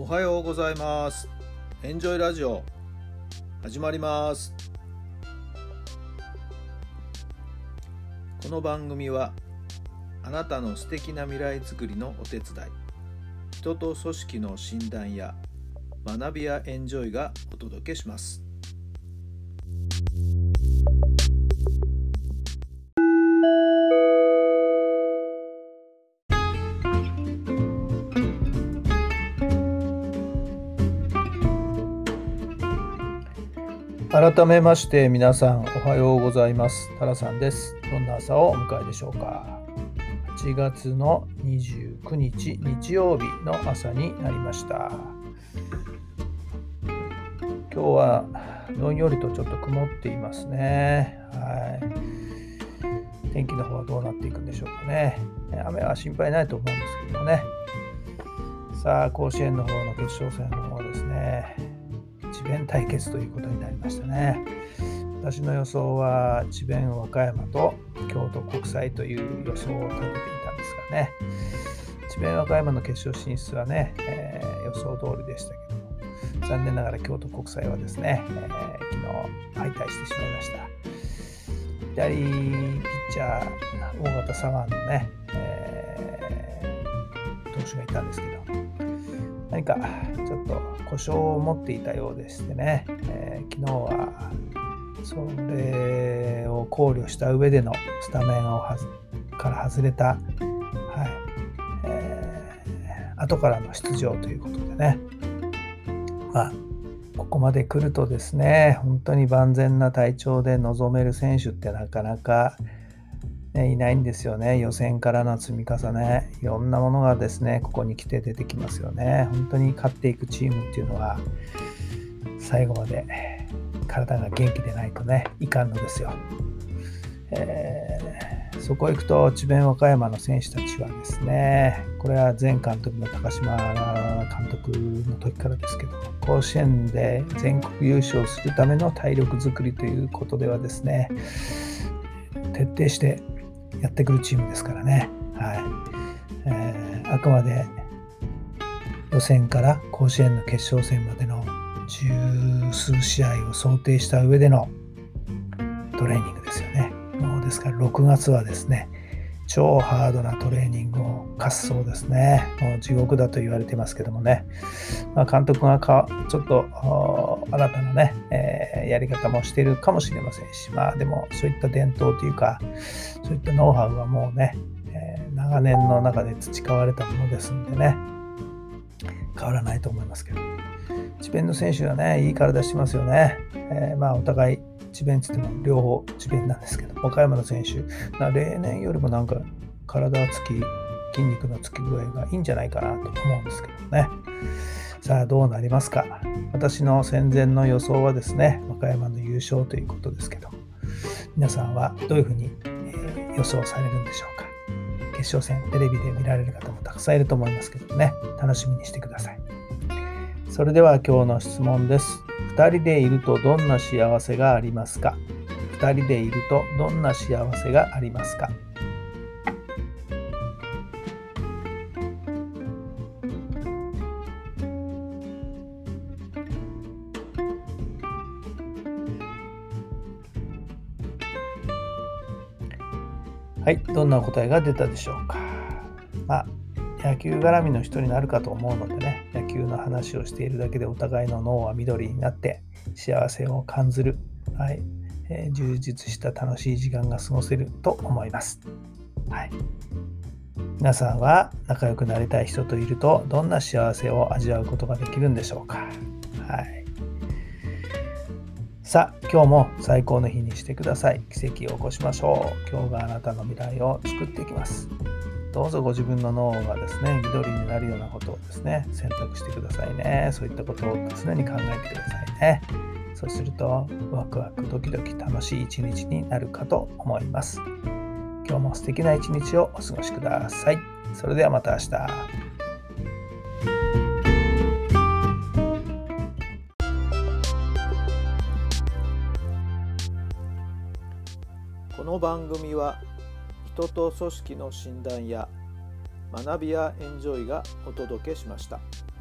おはようございます。エンジョイラジオ始まります。この番組はあなたの素敵な未来づくりのお手伝い、人と組織の診断や学びやエンジョイがお届けします。改めまして皆さんおはようございます。タラさんです。どんな朝をお迎えでしょうか。8月の29日日曜日の朝になりました。今日はどんよりとちょっと曇っていますね。天気の方はどうなっていくんでしょうかね。雨は心配ないと思うんですけどもね。さあ、甲子園の方の決勝戦の方ですね。智弁対決ということになりましたね。私の予想は智弁和歌山と京都国際という予想を立てていたんですがね、智弁和歌山の決勝進出はね、予想通りでしたけども、残念ながら京都国際はですね、昨日敗退してしまいました。左ピッチャー大型左腕のね、投手がいたんですけど、何かちょっと故障を持っていたようでしてね、昨日はそれを考慮した上でのスタメンから外れた、後からの出場ということでね、ここまで来るとですね、本当に万全な体調で臨める選手ってなかなかいないんですよね。予選からの積み重ね、いろんなものがですね、ここに来て出てきますよね。本当に勝っていくチームっていうのは、最後まで体が元気でないとね、いかんのですよ。そこへ行くと、智弁和歌山の選手たちはですね、これは前監督の高島監督の時からですけど、甲子園で全国優勝するための体力づくりということではですね、徹底してやってくるチームですからね。あくまで予選から甲子園の決勝戦までの十数試合を想定した上でのトレーニングですよね。もうですから6月はですね、超ハードなトレーニングを課すそうですね。もう地獄だと言われてますけどもね、監督がちょっと新たなね、やり方もしているかもしれませんし、でもそういった伝統というか、そういったノウハウはもうね、長年の中で培われたものですんでね、変わらないと思いますけど、智弁の選手はね、いい体してますよね。お互い智弁つっても両方智弁なんですけど、和歌山の選手、例年よりもなんか体つき、筋肉のつき具合がいいんじゃないかなと思うんですけどね。さあ、どうなりますか。私の戦前の予想はですね、和歌山の優勝ということですけど、皆さんはどういうふうに予想されるんでしょうか。決勝戦、テレビで見られる方もたくさんいると思いますけどね、楽しみにしてください。それでは今日の質問です。2人でいるとどんな幸せがありますか。2人でいるとどんな幸せがありますか。はい、どんな答えが出たでしょうか。野球絡みの人になるかと思うのでね、野球の話をしているだけでお互いの脳は緑になって幸せを感じる、充実した楽しい時間が過ごせると思います。皆さんは仲良くなりたい人といるとどんな幸せを味わうことができるんでしょうか。さあ、今日も最高の日にしてください。奇跡を起こしましょう。今日があなたの未来を作っていきます。どうぞご自分の脳がですね、緑になるようなことをですね、選択してくださいね。そういったことを常に考えてくださいね。そうすると、ワクワクドキドキ楽しい一日になるかと思います。今日も素敵な一日をお過ごしください。それではまた明日。この番組は人と組織の診断や学びやエンジョイがお届けしました。